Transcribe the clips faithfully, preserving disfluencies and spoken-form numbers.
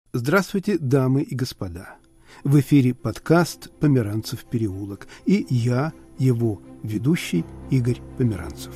Здравствуйте, дамы и господа. В эфире подкаст «Померанцев переулок» и я, его ведущий Игорь Померанцев.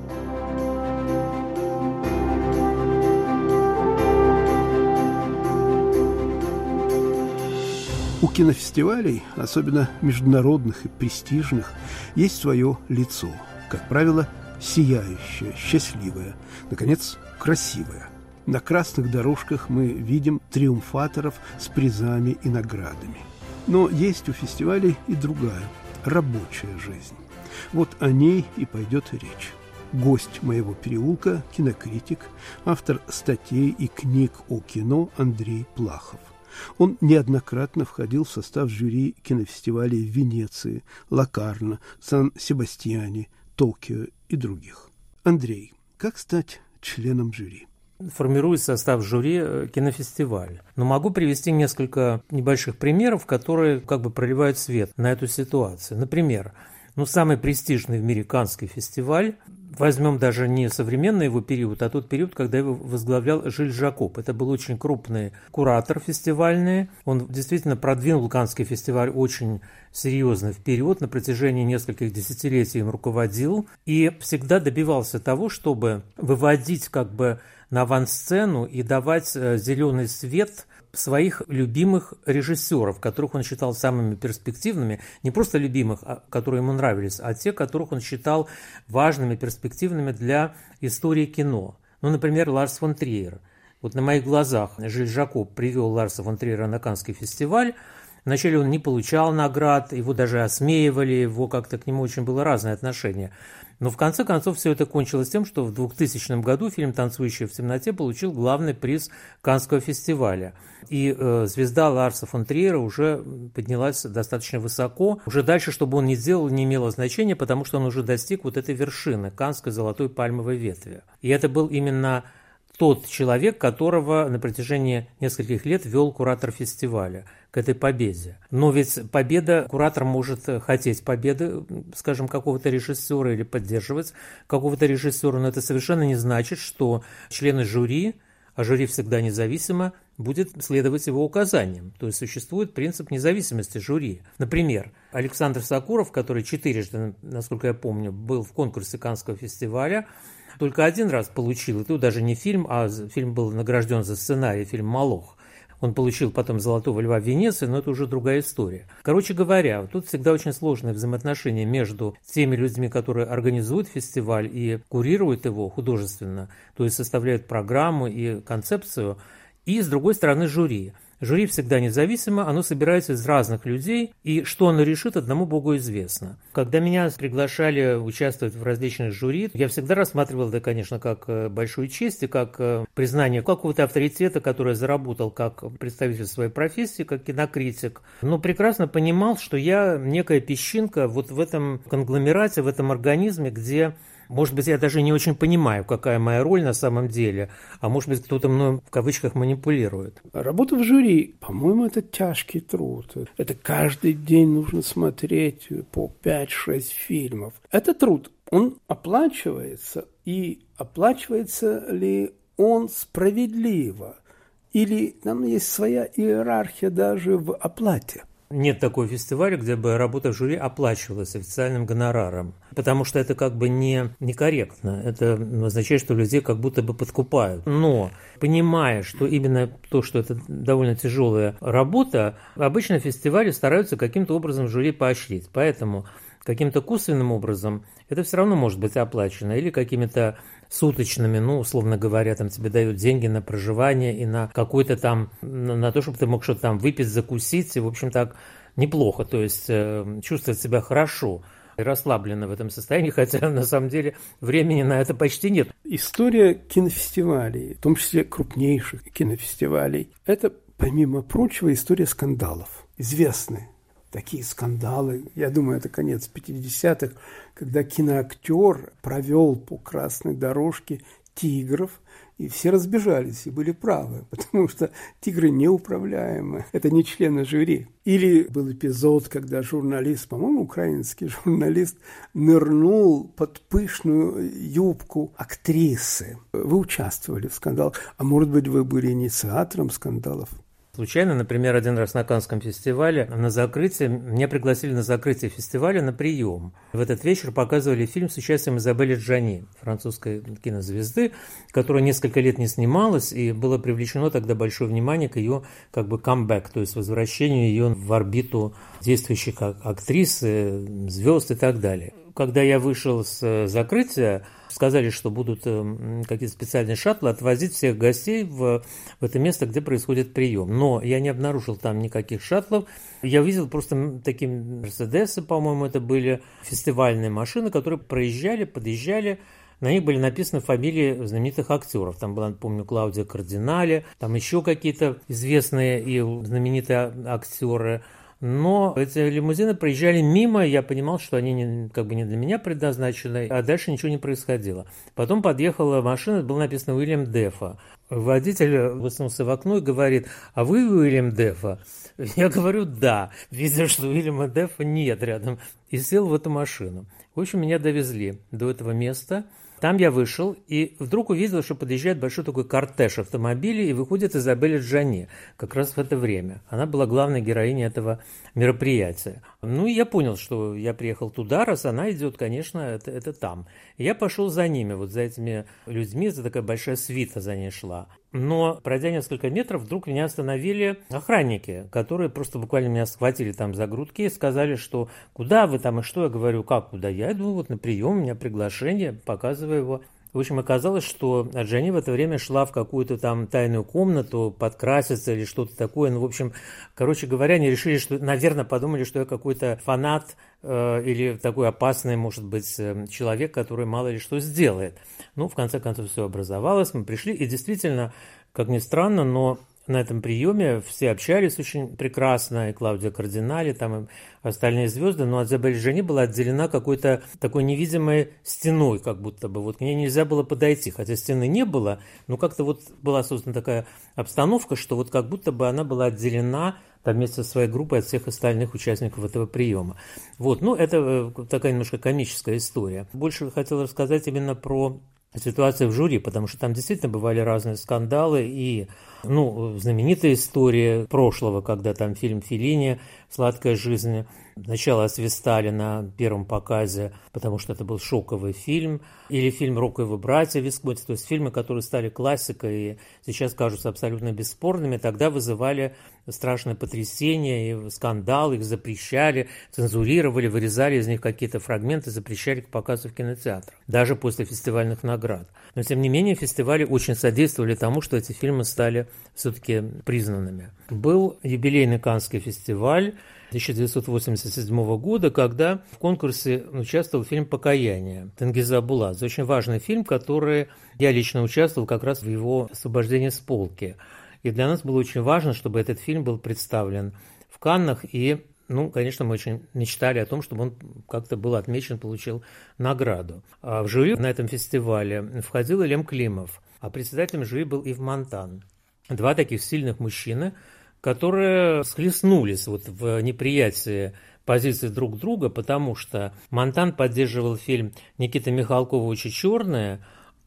У кинофестивалей, особенно международных и престижных, есть свое лицо, как правило, сияющее, счастливое, наконец, красивое. На красных дорожках мы видим триумфаторов с призами и наградами. Но есть у фестивалей и другая, рабочая жизнь. Вот о ней и пойдет речь. Гость моего переулка – кинокритик, автор статей и книг о кино Андрей Плахов. Он неоднократно входил в состав жюри кинофестивалей в Венеции, Локарно, Сан-Себастьяне, Токио и других. Андрей, как стать членом жюри? Формирует состав жюри кинофестиваля. Но могу привести несколько небольших примеров, которые как бы проливают свет на эту ситуацию. Например, ну, самый престижный в мире Каннский фестиваль, возьмем даже не современный его период, а тот период, когда его возглавлял Жиль Жакоб. Это был очень крупный куратор фестивальный. Он действительно продвинул Каннский фестиваль очень серьезно вперед, на протяжении нескольких десятилетий им руководил и всегда добивался того, чтобы выводить как бы на авансцену и давать зеленый свет своих любимых режиссеров, которых он считал самыми перспективными, не просто любимых, которые ему нравились, а те, которых он считал важными, перспективными для истории кино. Ну, например, Ларс фон Триер. Вот на моих глазах Жиль Жакоб привел Ларса фон Триера на Каннский фестиваль. Вначале он не получал наград, его даже осмеивали, его как-то к нему очень было разное отношение. Но в конце концов все это кончилось тем, что в двухтысячном году фильм «Танцующие в темноте» получил главный приз Каннского фестиваля. И э, звезда Ларса фон Триера уже поднялась достаточно высоко. Уже дальше, что бы он ни сделал, не имело значения, потому что он уже достиг вот этой вершины Каннской золотой пальмовой ветви. И это был именно тот человек, которого на протяжении нескольких лет вел куратор фестиваля к этой победе. Но ведь победа, куратор может хотеть победы, скажем, какого-то режиссера или поддерживать какого-то режиссера, но это совершенно не значит, что члены жюри, а жюри всегда независимо, будет следовать его указаниям. То есть существует принцип независимости жюри. Например, Александр Сокуров, который четырежды, насколько я помню, был в конкурсе Каннского фестиваля, только один раз получил, и тут даже не фильм, а фильм был награжден за сценарий, фильм «Молох». Он получил потом «Золотого льва» в Венеции, но это уже другая история. Короче говоря, тут всегда очень сложные взаимоотношения между теми людьми, которые организуют фестиваль и курируют его художественно, то есть составляют программу и концепцию, и, с другой стороны, жюри. Жюри всегда независимо, оно собирается из разных людей, и что оно решит, одному Богу известно. Когда меня приглашали участвовать в различных жюри, я всегда рассматривал это, конечно, как большую честь и как признание какого-то авторитета, который я заработал как представитель своей профессии, как кинокритик. Но прекрасно понимал, что я некая песчинка вот в этом конгломерате, в этом организме, где... Может быть, я даже не очень понимаю, какая моя роль на самом деле, а может быть, кто-то мной в кавычках манипулирует. Работа в жюри, по-моему, это тяжкий труд. Это каждый день нужно смотреть по пять-шесть фильмов. Это труд. Он оплачивается, и оплачивается ли он справедливо? Или там есть своя иерархия даже в оплате? Нет такого фестиваля, где бы работа в жюри оплачивалась официальным гонораром, потому что это как бы не, некорректно. Это означает, что людей как будто бы подкупают. Но, понимая, что именно то, что это довольно тяжелая работа, обычно фестивали стараются каким-то образом жюри поощрить. Поэтому каким-то косвенным образом это все равно может быть оплачено, или какими-то суточными, ну, условно говоря, там тебе дают деньги на проживание и на какой-то там, на то, чтобы ты мог что-то там выпить, закусить, и, в общем, так неплохо, то есть э, чувствовать себя хорошо и расслабленно в этом состоянии, хотя на самом деле времени на это почти нет. История кинофестивалей, в том числе крупнейших кинофестивалей, это, помимо прочего, история скандалов, известные. Такие скандалы, я думаю, это конец пятидесятых, когда киноактер провел по красной дорожке тигров, и все разбежались и были правы, потому что тигры неуправляемы, это не члены жюри. Или был эпизод, когда журналист, по-моему, украинский журналист, нырнул под пышную юбку актрисы. Вы участвовали в скандалах, а может быть, вы были инициатором скандалов? случайно. Например, один раз на Каннском фестивале на закрытие, меня пригласили на закрытие фестиваля на прием. В этот вечер показывали фильм с участием Изабелли Джани, французской кинозвезды, которая несколько лет не снималась, и было привлечено тогда большое внимание к ее как бы камбэк, то есть возвращению ее в орбиту действующих актрис, звезд и так далее. Когда я вышел с закрытия, сказали, что будут какие-то специальные шаттлы отвозить всех гостей в, в это место, где происходит прием. Но я не обнаружил там никаких шаттлов. Я видел просто такие Мерседесы, по-моему, это были фестивальные машины, которые проезжали, подъезжали. На них были написаны фамилии знаменитых актеров. Там была, помню, Клаудия Кардинале, там еще какие-то известные и знаменитые актеры. Но эти лимузины проезжали мимо, я понимал, что они не, как бы не для меня предназначены, а дальше ничего не происходило. Потом подъехала машина, было написано «Уильям Дефо». Водитель высунулся в окно и говорит: «А вы Уильям Дефо?» Я говорю: «Да», видя, что Уильяма Дефо нет рядом, и сел в эту машину. В общем, меня довезли до этого места. Там я вышел и вдруг увидел, что подъезжает большой такой кортеж автомобилей и выходит Изабелла Джани как раз в это время. Она была главной героиней этого мероприятия. Ну и я понял, что я приехал туда, раз она идет, конечно, это, это там. И я пошел за ними, вот за этими людьми, это такая большая свита за ней шла. Но, пройдя несколько метров, вдруг меня остановили охранники, которые просто буквально меня схватили там за грудки и сказали, что куда вы там и что. Я говорю: как куда? Я иду вот на прием, у меня приглашение, показываю его. В общем, оказалось, что Джани в это время шла в какую-то там тайную комнату подкраситься или что-то такое. Ну, в общем, короче говоря, они решили, что, наверное, подумали, что я какой-то фанат э, или такой опасный, может быть, человек, который мало ли что сделает. Ну, в конце концов, все образовалось, мы пришли, и действительно, как ни странно, но на этом приеме все общались очень прекрасно, и Клаудия Кардинале, там и остальные звезды, но от Изабеллы Джани была отделена какой-то такой невидимой стеной, как будто бы. Вот к ней нельзя было подойти, хотя стены не было, но как-то вот была создана такая обстановка, что вот как будто бы она была отделена там вместе со своей группой от всех остальных участников этого приема. Вот, ну, это такая немножко комическая история. Больше хотел рассказать именно про ситуацию в жюри, потому что там действительно бывали разные скандалы и, ну, знаменитая история прошлого, когда там фильм Феллини «Сладкая жизнь» сначала освистали на первом показе, потому что это был шоковый фильм, или фильм «Роковые братья» Висконти, то есть фильмы, которые стали классикой и сейчас кажутся абсолютно бесспорными, тогда вызывали страшное потрясение и скандал, их запрещали, цензурировали, вырезали из них какие-то фрагменты, запрещали к показу в кинотеатрах, даже после фестивальных наград. Но, тем не менее, фестивали очень содействовали тому, что эти фильмы стали все-таки признанными. Был юбилейный Каннский фестиваль тысяча девятьсот восемьдесят седьмого года, когда в конкурсе участвовал фильм «Покаяние» Тенгиза Абуладзе. Очень важный фильм, который я лично участвовал как раз в его освобождении с полки. И для нас было очень важно, чтобы этот фильм был представлен в Каннах. И, ну, конечно, мы очень мечтали о том, чтобы он как-то был отмечен, получил награду. А в жюри на этом фестивале входил Илем Климов, а председателем жюри был Ив Монтан. Два таких сильных мужчины, которые схлестнулись вот в неприятии позиций друг друга, потому что Монтан поддерживал фильм Никиты Михалкова «Очи черные»,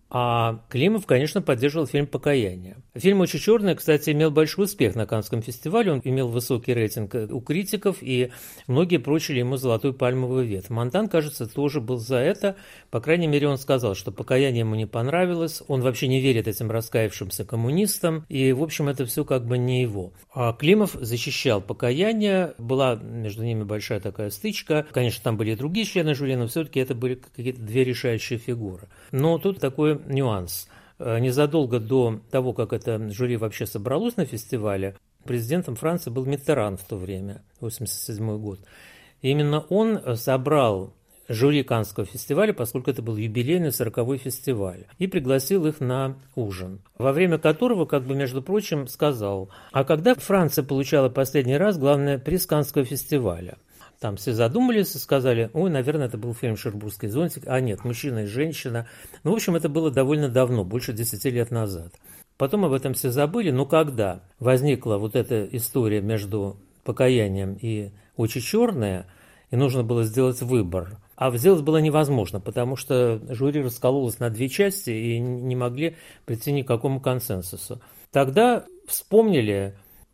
а Климов, конечно, поддерживал фильм «Покаяние». Фильм «Очи черные», кстати, имел большой успех на Каннском фестивале, он имел высокий рейтинг у критиков, и многие прочили ему «Золотую пальмовую ветвь». Монтан, кажется, тоже был за это, по крайней мере, он сказал, что «Покаяние» ему не понравилось, он вообще не верит этим раскаявшимся коммунистам, и, в общем, это все как бы не его. А Климов защищал «Покаяние», была между ними большая такая стычка, конечно, там были и другие члены жюри, но все-таки это были какие-то две решающие фигуры. Но тут такой нюанс. Незадолго до того, как это жюри вообще собралось на фестивале, президентом Франции был Миттеран в то время, восемьдесят седьмой год. И именно он собрал жюри Каннского фестиваля, поскольку это был юбилейный сороковой фестиваль, и пригласил их на ужин, во время которого, как бы, между прочим, сказал: а когда Франция получала последний раз главный приз Каннского фестиваля? Там все задумались и сказали: ой, наверное, это был фильм «Шербургский зонтик». А нет, мужчина и женщина. Ну, в общем, это было довольно давно, больше десяти лет назад. Потом об этом все забыли, но когда возникла вот эта история между «Покаянием» и «Очи черные», и нужно было сделать выбор, а сделать было невозможно, потому что жюри раскололось на две части и не могли прийти ни к какому консенсусу. Тогда вспомнили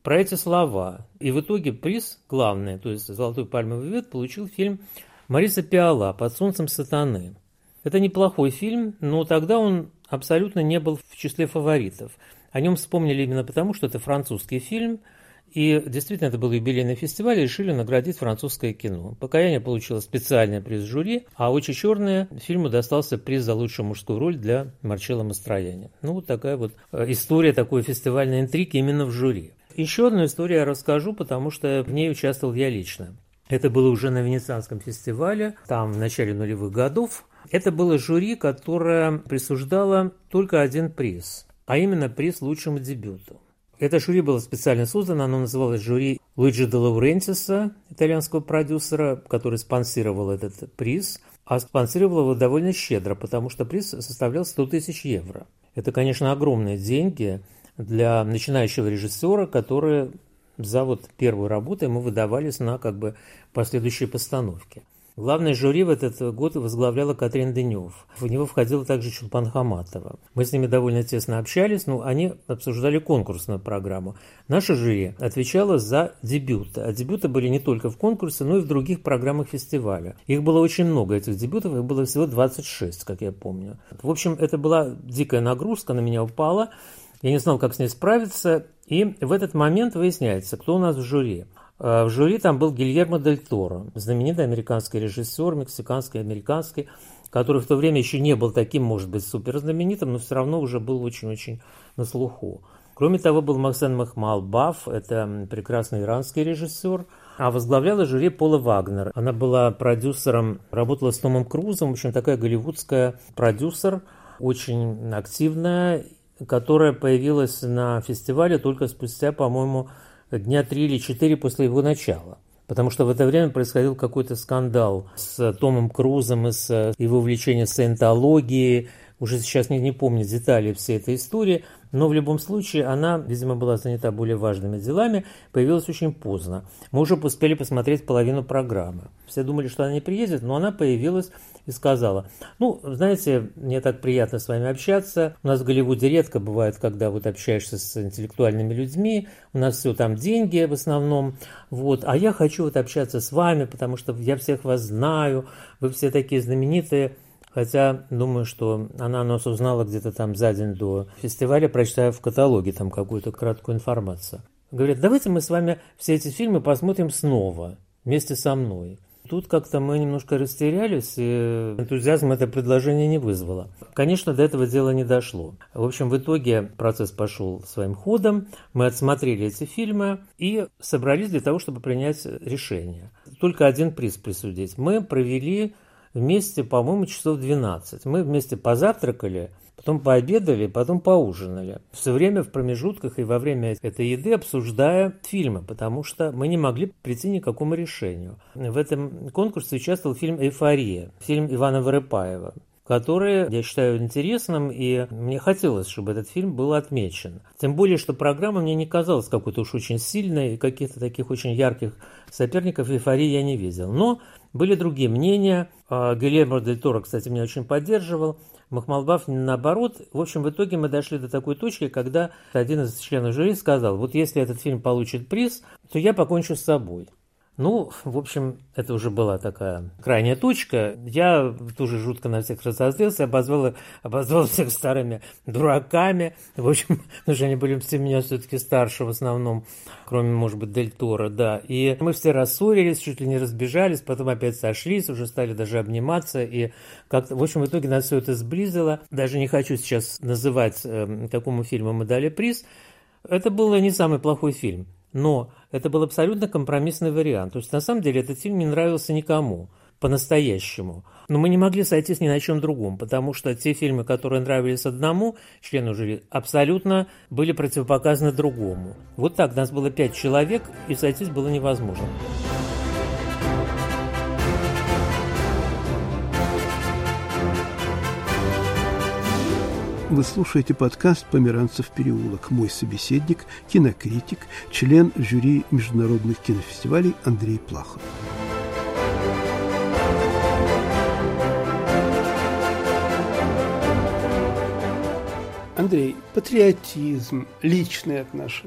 про эти слова. И в итоге приз главный, то есть «Золотой пальмовый ветвь», получил фильм Мориса Пиаля «Под солнцем сатаны». Это неплохой фильм, но тогда он абсолютно не был в числе фаворитов. О нем вспомнили именно потому, что это французский фильм, и действительно это был юбилейный фестиваль, и решили наградить французское кино. «Покаяние» получило специальный приз жюри, а «Очи черные» фильму достался приз за лучшую мужскую роль для Марчелло Мастроянни. Ну, вот такая вот история такой фестивальной интриги именно в жюри. Еще одну историю я расскажу, потому что в ней участвовал я лично. Это было уже на Венецианском фестивале, там в начале нулевых годов. Это было жюри, которое присуждало только один приз, а именно приз лучшему дебюту. Это жюри было специально создано, оно называлось жюри Луиджи де Лаурентиса, итальянского продюсера, который спонсировал этот приз, а спонсировал его довольно щедро, потому что приз составлял сто тысяч евро. Это, конечно, огромные деньги для начинающего режиссера, которые за вот первую работу ему выдавались на как бы последующие постановки. Главное жюри в этот год возглавляла Катрин Денев. В него входила также Чулпан Хаматова. Мы с ними довольно тесно общались, но они обсуждали конкурсную программу. Наше жюри отвечало за дебюты. А дебюты были не только в конкурсе, но и в других программах фестиваля. Их было очень много, этих дебютов, их было всего двадцать шесть, как я помню. В общем, это была дикая нагрузка, на меня упала. Я не знал, как с ней справиться. И в этот момент выясняется, кто у нас в жюри. В жюри там был Гильермо дель Торо, знаменитый американский режиссер, мексиканский, американский, который в то время еще не был таким, может быть, суперзнаменитым, но все равно уже был очень-очень на слуху. Кроме того, был Мохсен Мехмал-Баф, это прекрасный иранский режиссер, а возглавляла жюри Пола Вагнер. Она была продюсером, работала с Томом Крузом, в общем, такая голливудская продюсер, очень активная, которая появилась на фестивале только спустя, по-моему, дня три или четыре после его начала. Потому что в это время происходил какой-то скандал с Томом Крузом и с его увлечением саентологией. Уже сейчас не, не помню детали всей этой истории, но в любом случае она, видимо, была занята более важными делами, появилась очень поздно. Мы уже успели посмотреть половину программы. Все думали, что она не приедет, но она появилась и сказала: ну, знаете, мне так приятно с вами общаться. У нас в Голливуде редко бывает, когда вот общаешься с интеллектуальными людьми, у нас все там деньги в основном, вот, а я хочу вот общаться с вами, потому что я всех вас знаю, вы все такие знаменитые. Хотя, думаю, что она нас узнала где-то там за день до фестиваля, прочитав в каталоге там какую-то краткую информацию. Говорят, давайте мы с вами все эти фильмы посмотрим снова, вместе со мной. Тут как-то мы немножко растерялись, и энтузиазм это предложение не вызвало. Конечно, до этого дела не дошло. В общем, в итоге процесс пошел своим ходом, мы отсмотрели эти фильмы и собрались для того, чтобы принять решение. Только один приз присудить. Мы провели вместе, по-моему, часов двенадцать. Мы вместе позавтракали, потом пообедали, потом поужинали. Все время в промежутках и во время этой еды обсуждая фильмы, потому что мы не могли прийти ни к какому решению. В этом конкурсе участвовал фильм «Эйфория», фильм Ивана Воропаева, который я считаю интересным, и мне хотелось, чтобы этот фильм был отмечен. Тем более, что программа мне не казалась какой-то уж очень сильной, и каких-то таких очень ярких соперников «Эйфории» я не видел. Но были другие мнения. Гильермо дель Торо, кстати, меня очень поддерживал. Мехмал-Баф наоборот. В общем, в итоге мы дошли до такой точки, когда один из членов жюри сказал: вот если этот фильм получит приз, то я покончу с собой. Ну, в общем, это уже была такая крайняя точка. Я тоже жутко на всех разозлился, обозвал, обозвал всех старыми дураками. В общем, потому что они были все меня все-таки старше в основном, кроме, может быть, Дель Торо, да. И мы все рассорились, чуть ли не разбежались, потом опять сошлись, уже стали даже обниматься. И как-то, в общем, в итоге нас все это сблизило. Даже не хочу сейчас называть, э, какому фильму мы дали приз. Это был не самый плохой фильм. Но это был абсолютно компромиссный вариант. То есть, на самом деле, этот фильм не нравился никому, по-настоящему. Но мы не могли сойтись ни на чем другом, потому что те фильмы, которые нравились одному члену жюри, абсолютно были противопоказаны другому. Вот так, нас было пять человек, и сойтись было невозможно. Вы слушаете подкаст «Померанцев переулок». Мой собеседник, кинокритик, член жюри международных кинофестивалей Андрей Плахов. Андрей, патриотизм, личные отношения –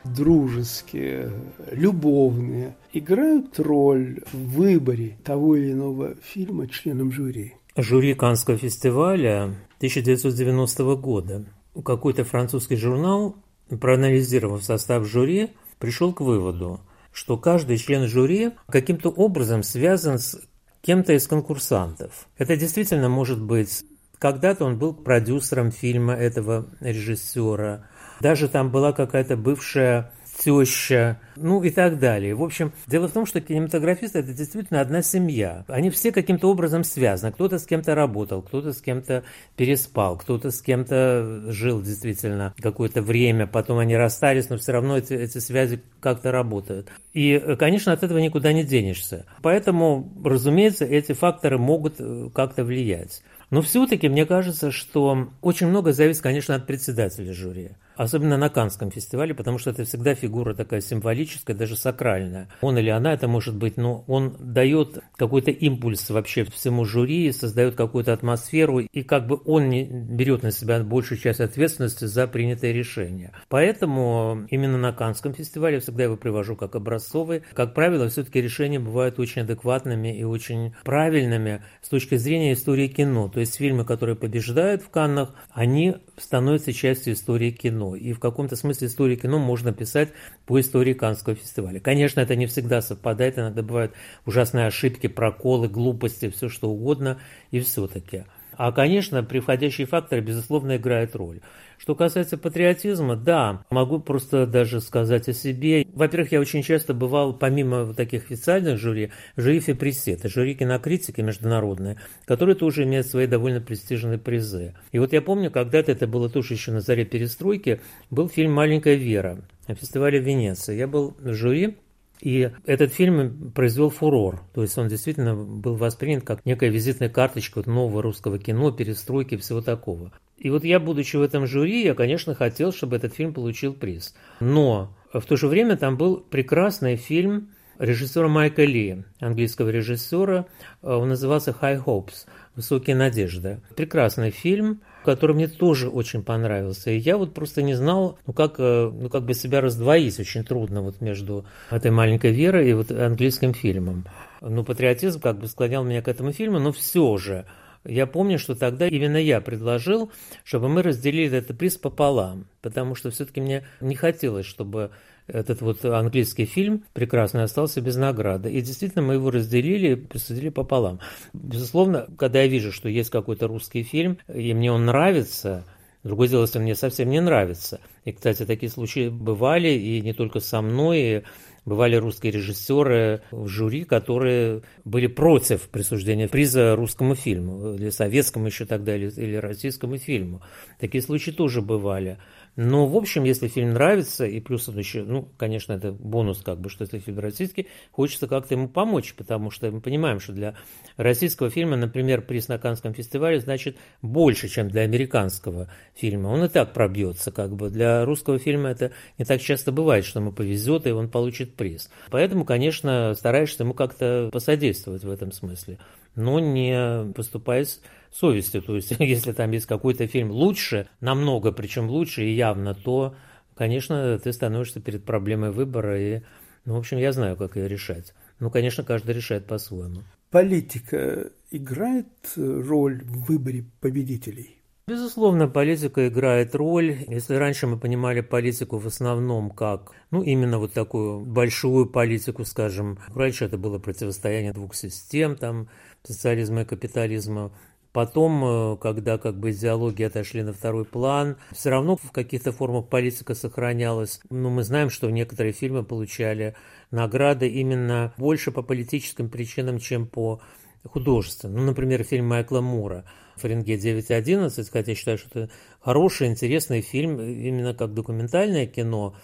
дружеские, любовные, играют роль в выборе того или иного фильма членом жюри? Жюри Каннского фестиваля тысяча девятьсот девяностого года. Какой-то французский журнал, проанализировав состав жюри, пришел к выводу, что каждый член жюри каким-то образом связан с кем-то из конкурсантов. Это действительно может быть... Когда-то он был продюсером фильма этого режиссера. Даже там была какая-то бывшая теща, ну и так далее. В общем, дело в том, что кинематографисты – это действительно одна семья. Они все каким-то образом связаны. Кто-то с кем-то работал, кто-то с кем-то переспал, кто-то с кем-то жил действительно какое-то время, потом они расстались, но все равно эти, эти связи как-то работают. И, конечно, от этого никуда не денешься. Поэтому, разумеется, эти факторы могут как-то влиять. Но все-таки мне кажется, что очень много зависит, конечно, от председателя жюри. Особенно на Каннском фестивале, потому что это всегда фигура такая символическая, даже сакральная. Он или она, это может быть, но он дает какой-то импульс вообще всему жюри, создает какую-то атмосферу, и как бы он не берет на себя большую часть ответственности за принятое решение. Поэтому именно на Каннском фестивале я всегда его привожу как образцовый. Как правило, все-таки решения бывают очень адекватными и очень правильными с точки зрения истории кино. То есть фильмы, которые побеждают в Каннах, они становятся частью истории кино. И в каком-то смысле историю кино можно писать по истории Каннского фестиваля. Конечно, это не всегда совпадает, иногда бывают ужасные ошибки, проколы, глупости, все что угодно, и все-таки. А, конечно, приходящие факторы, безусловно, играют роль. Что касается патриотизма, да, могу просто даже сказать о себе. Во-первых, я очень часто бывал, помимо вот таких официальных жюри, в жюри Фепрессе, это жюри кинокритики международное, которые тоже имеют свои довольно престижные призы. И вот я помню, когда-то, это было тоже еще на заре перестройки, был фильм «Маленькая Вера» на фестивале в Венеции. Я был в жюри, и этот фильм произвел фурор, то есть он действительно был воспринят как некая визитная карточка вот нового русского кино, перестройки и всего такого. И вот я, будучи в этом жюри, я, конечно, хотел, чтобы этот фильм получил приз. Но в то же время там был прекрасный фильм режиссера Майка Ли, английского режиссера, он назывался «High Hopes», «Высокие надежды». Прекрасный фильм, который мне тоже очень понравился. И я вот просто не знал, ну как, ну как бы себя раздвоить, очень трудно вот между этой «Маленькой Верой» и вот английским фильмом. Ну, патриотизм как бы склонял меня к этому фильму, но все же я помню, что тогда именно я предложил, чтобы мы разделили этот приз пополам, потому что все-таки мне не хотелось, чтобы этот вот английский фильм прекрасный остался без награды. И действительно мы его разделили и присудили пополам. Безусловно, когда я вижу, что есть какой-то русский фильм, и мне он нравится, другое дело, если он мне совсем не нравится. И, кстати, такие случаи бывали, и не только со мной, и бывали русские режиссеры в жюри, которые были против присуждения приза русскому фильму, или советскому еще тогда, или, или российскому фильму. Такие случаи тоже бывали. Но, в общем, если фильм нравится, и плюс он еще, ну, конечно, это бонус, как бы, что если фильм российский, хочется как-то ему помочь, потому что мы понимаем, что для российского фильма, например, приз на Каннском фестивале значит больше, чем для американского фильма. Он и так пробьется, как бы. Для русского фильма это не так часто бывает, что ему повезет, и он получит приз. Поэтому, конечно, стараешься ему как-то посодействовать в этом смысле, но не поступаясь совестью. То есть, если там есть какой-то фильм лучше, намного, причем лучше и явно, то, конечно, ты становишься перед проблемой выбора. И, ну, в общем, я знаю, как ее решать. Ну, конечно, каждый решает по-своему. Политика играет роль в выборе победителей? Безусловно, политика играет роль. Если раньше мы понимали политику в основном как, ну, именно вот такую большую политику, скажем, раньше это было противостояние двух систем, там, социализма и капитализма. Потом, когда как бы идеологии отошли на второй план, все равно в каких-то формах политика сохранялась. Но мы знаем, что некоторые фильмы получали награды именно больше по политическим причинам, чем по художественным. Ну, например, фильм Майкла Мура «Фаренгейт девять одиннадцать», хотя я считаю, что это хороший, интересный фильм, именно как документальное кино,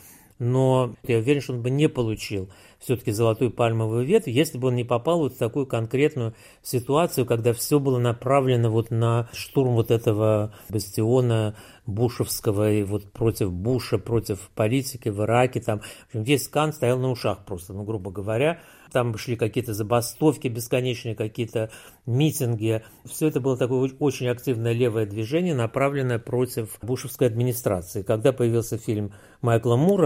но я уверен, что он бы не получил все-таки золотую пальмовую ветвь, если бы он не попал вот в такую конкретную ситуацию, когда все было направлено вот на штурм вот этого бастиона бушевского, и вот против Буша, против политики в Ираке. Там, в общем, весь Канн стоял на ушах просто, ну, грубо говоря. Там шли какие-то забастовки бесконечные, какие-то митинги. Все это было такое очень активное левое движение, направленное против бушевской администрации. Когда появился фильм Майкла Мура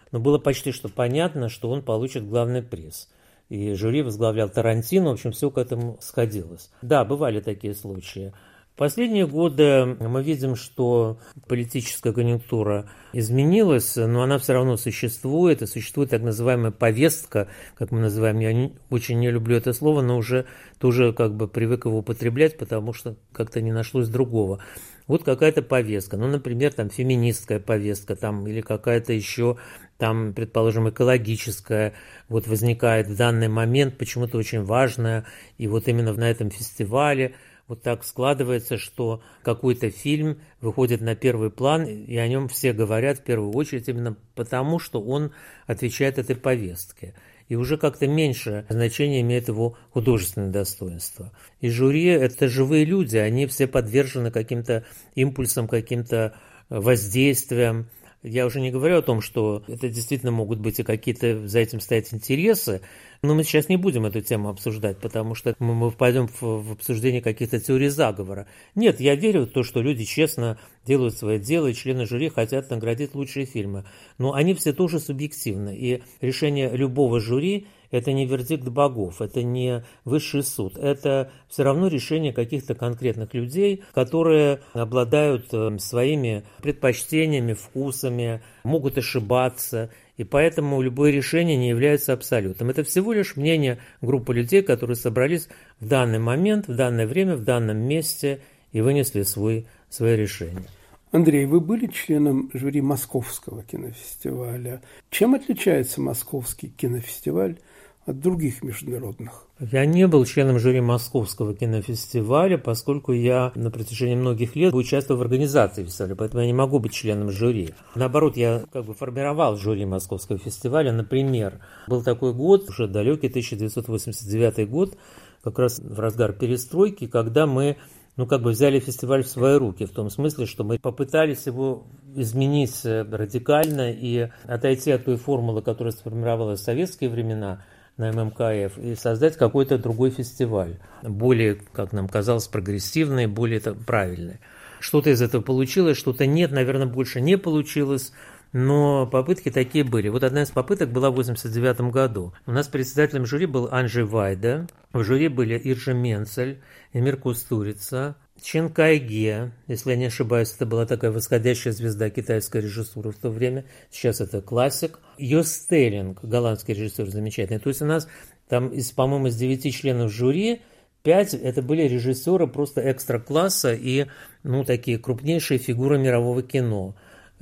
но было почти что понятно, что он получит главный приз. И жюри возглавлял Тарантино, в общем, все к этому сходилось. Да, бывали такие случаи. В последние годы мы видим, что политическая конъюнктура изменилась, но она все равно существует, и существует так называемая повестка, как мы называем. Я не, очень не люблю это слово, но уже тоже как бы привык его употреблять, потому что как-то не нашлось другого. Вот какая-то повестка, ну, например, там феминистская повестка, там, или какая-то еще, там, предположим, экологическая, вот возникает в данный момент почему-то очень важная, и вот именно на этом фестивале вот так складывается, что какой-то фильм выходит на первый план, и о нем все говорят в первую очередь именно потому, что он отвечает этой повестке. И уже как-то меньше значения имеет его художественное достоинство. И жюри – это живые люди, они все подвержены каким-то импульсам, каким-то воздействиям. Я уже не говорю о том, что это действительно могут быть и какие-то за этим стоят интересы, но мы сейчас не будем эту тему обсуждать, потому что мы, мы впадем в, в обсуждение каких-то теорий заговора. Нет, я верю в то, что люди честно делают свое дело, и члены жюри хотят наградить лучшие фильмы. Но они все тоже субъективны, и решение любого жюри – это не вердикт богов, это не высший суд, это все равно решение каких-то конкретных людей, которые обладают своими предпочтениями, вкусами, могут ошибаться, и поэтому любое решение не является абсолютным. Это всего лишь мнение группы людей, которые собрались в данный момент, в данное время, в данном месте и вынесли свой, свое решение. Андрей, вы были членом жюри Московского кинофестиваля. Чем отличается Московский кинофестиваль от других международных? Я не был членом жюри Московского кинофестиваля, поскольку я на протяжении многих лет участвовал в организации фестиваля, поэтому я не могу быть членом жюри. Наоборот, я как бы формировал жюри Московского фестиваля. Например, был такой год, уже далекий тысяча девятьсот восемьдесят девятый год, как раз в разгар перестройки, когда мы ну, как бы взяли фестиваль в свои руки, в том смысле, что мы попытались его изменить радикально и отойти от той формулы, которая сформировалась в советские времена на эм эм ка эф, и создать какой-то другой фестиваль, более, как нам казалось, прогрессивный, более правильный. Что-то из этого получилось, что-то нет, наверное, больше не получилось, но попытки такие были. Вот одна из попыток была в восемьдесят девятом году. У нас председателем жюри был Анджей Вайда, в жюри были Иржа Менцель, Эмир Кустурица, Чен Кайге, если я не ошибаюсь, это была такая восходящая звезда китайской режиссуры в то время, сейчас это классик. Йос Стеллинг, голландский режиссер замечательный. То есть у нас там, из, по-моему, из девяти членов жюри, пять это были режиссеры просто экстра-класса и ну, такие крупнейшие фигуры мирового кино.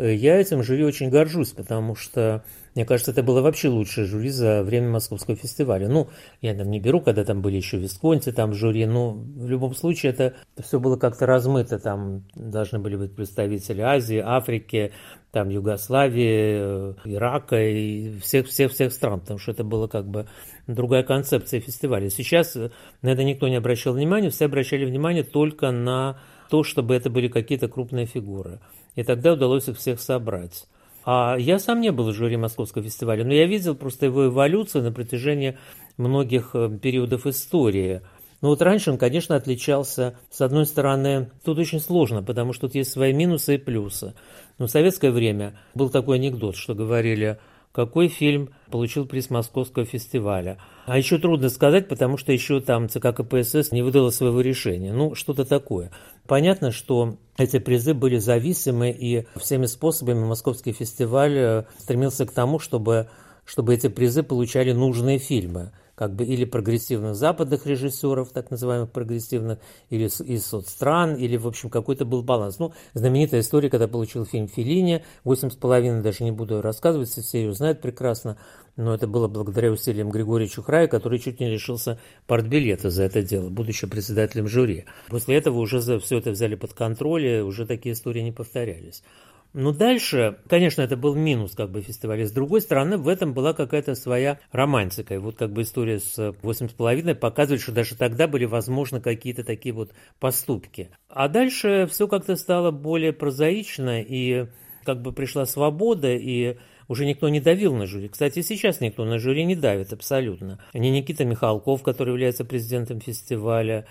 Я этим жюри очень горжусь, потому что, мне кажется, это было вообще лучшее жюри за время Московского фестиваля. Ну, я там не беру, когда там были еще Висконти там в жюри, но в любом случае это все было как-то размыто. Там должны были быть представители Азии, Африки, там Югославии, Ирака и всех-всех-всех стран, потому что это была как бы другая концепция фестиваля. Сейчас на это никто не обращал внимания, все обращали внимание только на то, чтобы это были какие-то крупные фигуры. И тогда удалось их всех собрать. А я сам не был в жюри Московского фестиваля, но я видел просто его эволюцию на протяжении многих периодов истории. Но вот раньше он, конечно, отличался, с одной стороны, тут очень сложно, потому что тут есть свои минусы и плюсы. Но в советское время был такой анекдот, что говорили, какой фильм получил приз Московского фестиваля. А еще трудно сказать, потому что еще там ЦК ка пэ эс эс не выдало своего решения. Ну, что-то такое. Понятно, что эти призы были зависимы, и всеми способами Московский фестиваль стремился к тому, чтобы, чтобы эти призы получали нужные фильмы. Как бы или прогрессивных западных режиссеров, так называемых прогрессивных, или из соцстран, или, в общем, какой-то был баланс. Ну, знаменитая история, когда получил фильм Феллини, «Восемь с половиной», даже не буду рассказывать, все серию знают прекрасно, но это было благодаря усилиям Григория Чухрая, который чуть не лишился партбилета за это дело, будучи председателем жюри. После этого уже все это взяли под контроль, и уже такие истории не повторялись. Но дальше, конечно, это был минус как бы фестиваля. С другой стороны, в этом была какая-то своя романтика. И вот как бы история с «Восемь с половиной» показывает, что даже тогда были возможны какие-то такие вот поступки. А дальше все как-то стало более прозаично, и как бы пришла свобода, и уже никто не давил на жюри. Кстати, сейчас никто на жюри не давит абсолютно. Ни Никита Михалков, который является президентом фестиваля,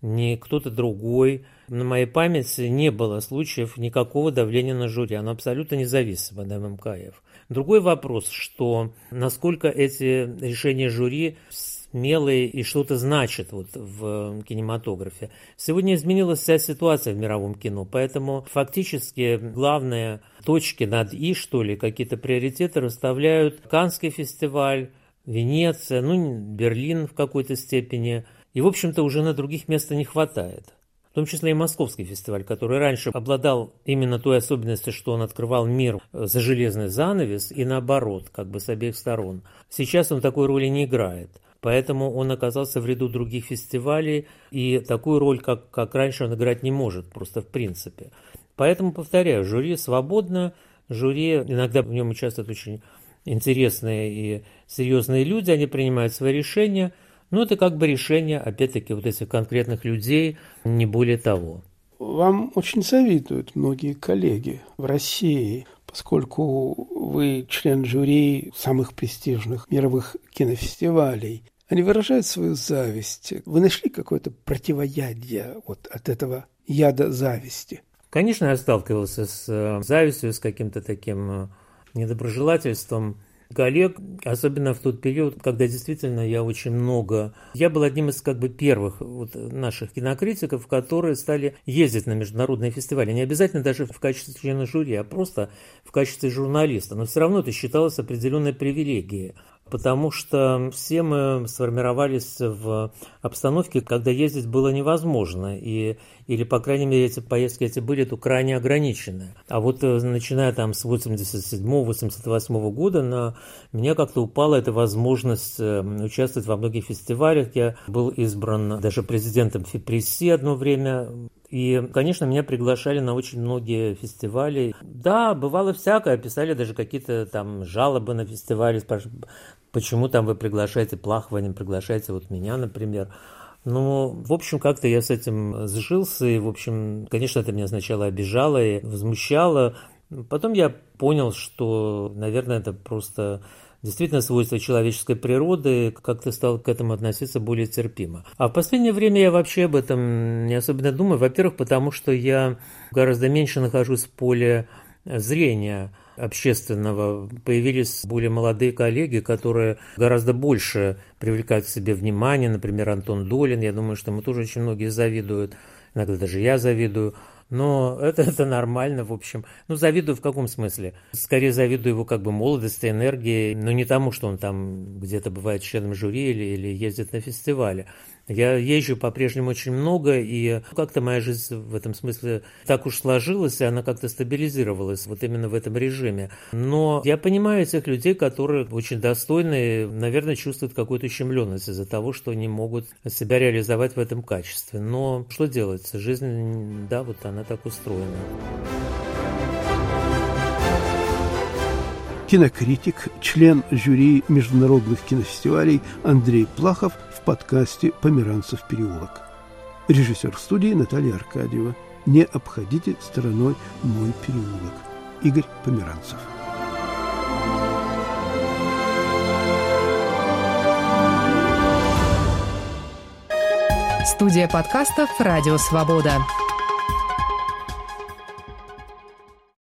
ни кто-то другой. На моей памяти не было случаев никакого давления на жюри. Оно абсолютно независимо от эм эм ка эф. Другой вопрос, что насколько эти решения жюри смелые и что-то значат вот в кинематографе. Сегодня изменилась вся ситуация в мировом кино, поэтому фактически главные точки над «и», что ли, какие-то приоритеты расставляют Каннский фестиваль, Венеция, ну, Берлин в какой-то степени. И, в общем-то, уже на других мест не хватает. В том числе и Московский фестиваль, который раньше обладал именно той особенностью, что он открывал мир за железный занавес и наоборот, как бы с обеих сторон. Сейчас он такой роли не играет. Поэтому он оказался в ряду других фестивалей, и такую роль, как, как раньше, он играть не может, просто в принципе. Поэтому, повторяю, жюри свободно, жюри, иногда в нем участвуют очень интересные и серьезные люди, они принимают свои решения, но это как бы решение, опять-таки, вот этих конкретных людей, не более того. Вам очень завидуют многие коллеги в России, поскольку вы член жюри самых престижных мировых кинофестивалей. Они выражают свою зависть. Вы нашли какое-то противоядие вот от этого яда зависти? Конечно, я сталкивался с завистью, с каким-то таким недоброжелательством коллег, особенно в тот период, когда действительно я очень много... Я был одним из как бы первых вот наших кинокритиков, которые стали ездить на международные фестивали. Не обязательно даже в качестве члена жюри, а просто в качестве журналиста. Но все равно это считалось определенной привилегией. Потому что все мы сформировались в обстановке, когда ездить было невозможно, и, или, по крайней мере, эти поездки эти были то крайне ограничены. А вот начиная там с восемьдесят седьмого — восемьдесят восьмого года на меня как-то упала эта возможность участвовать во многих фестивалях. Я был избран даже президентом ФИПРИССИ одно время. И, конечно, меня приглашали на очень многие фестивали. Да, бывало всякое, писали даже какие-то там жалобы на фестивали, спрашивали, почему там вы приглашаете Плахова, не приглашаете вот меня, например. Ну, в общем, как-то я с этим сжился, и, в общем, конечно, это меня сначала обижало и возмущало. Потом я понял, что, наверное, это просто... действительно свойство человеческой природы, как-то стал к этому относиться более терпимо. А в последнее время я вообще об этом не особенно думаю. Во-первых, потому что я гораздо меньше нахожусь в поле зрения общественного. Появились более молодые коллеги, которые гораздо больше привлекают к себе внимание. Например, Антон Долин. Я думаю, что ему тоже очень многие завидуют. Иногда даже я завидую. Но это, это нормально, в общем. Ну, завидую в каком смысле? Скорее завидую его как бы молодости, энергии, но не тому, что он там где-то бывает членом жюри или, или ездит на фестивале. Я езжу по-прежнему очень много, и как-то моя жизнь в этом смысле так уж сложилась, и она как-то стабилизировалась вот именно в этом режиме. Но я понимаю этих людей, которые очень достойны, наверное, чувствуют какую-то ущемленность из-за того, что не могут себя реализовать в этом качестве. Но что делать? Жизнь, да, вот она так устроена. Кинокритик, член жюри международных кинофестивалей Андрей Плахов в подкасте «Померанцев переулок». Режиссер студии Наталья Аркадьева. Не обходите стороной мой переулок. Игорь Померанцев. Студия подкастов «Радио Свобода».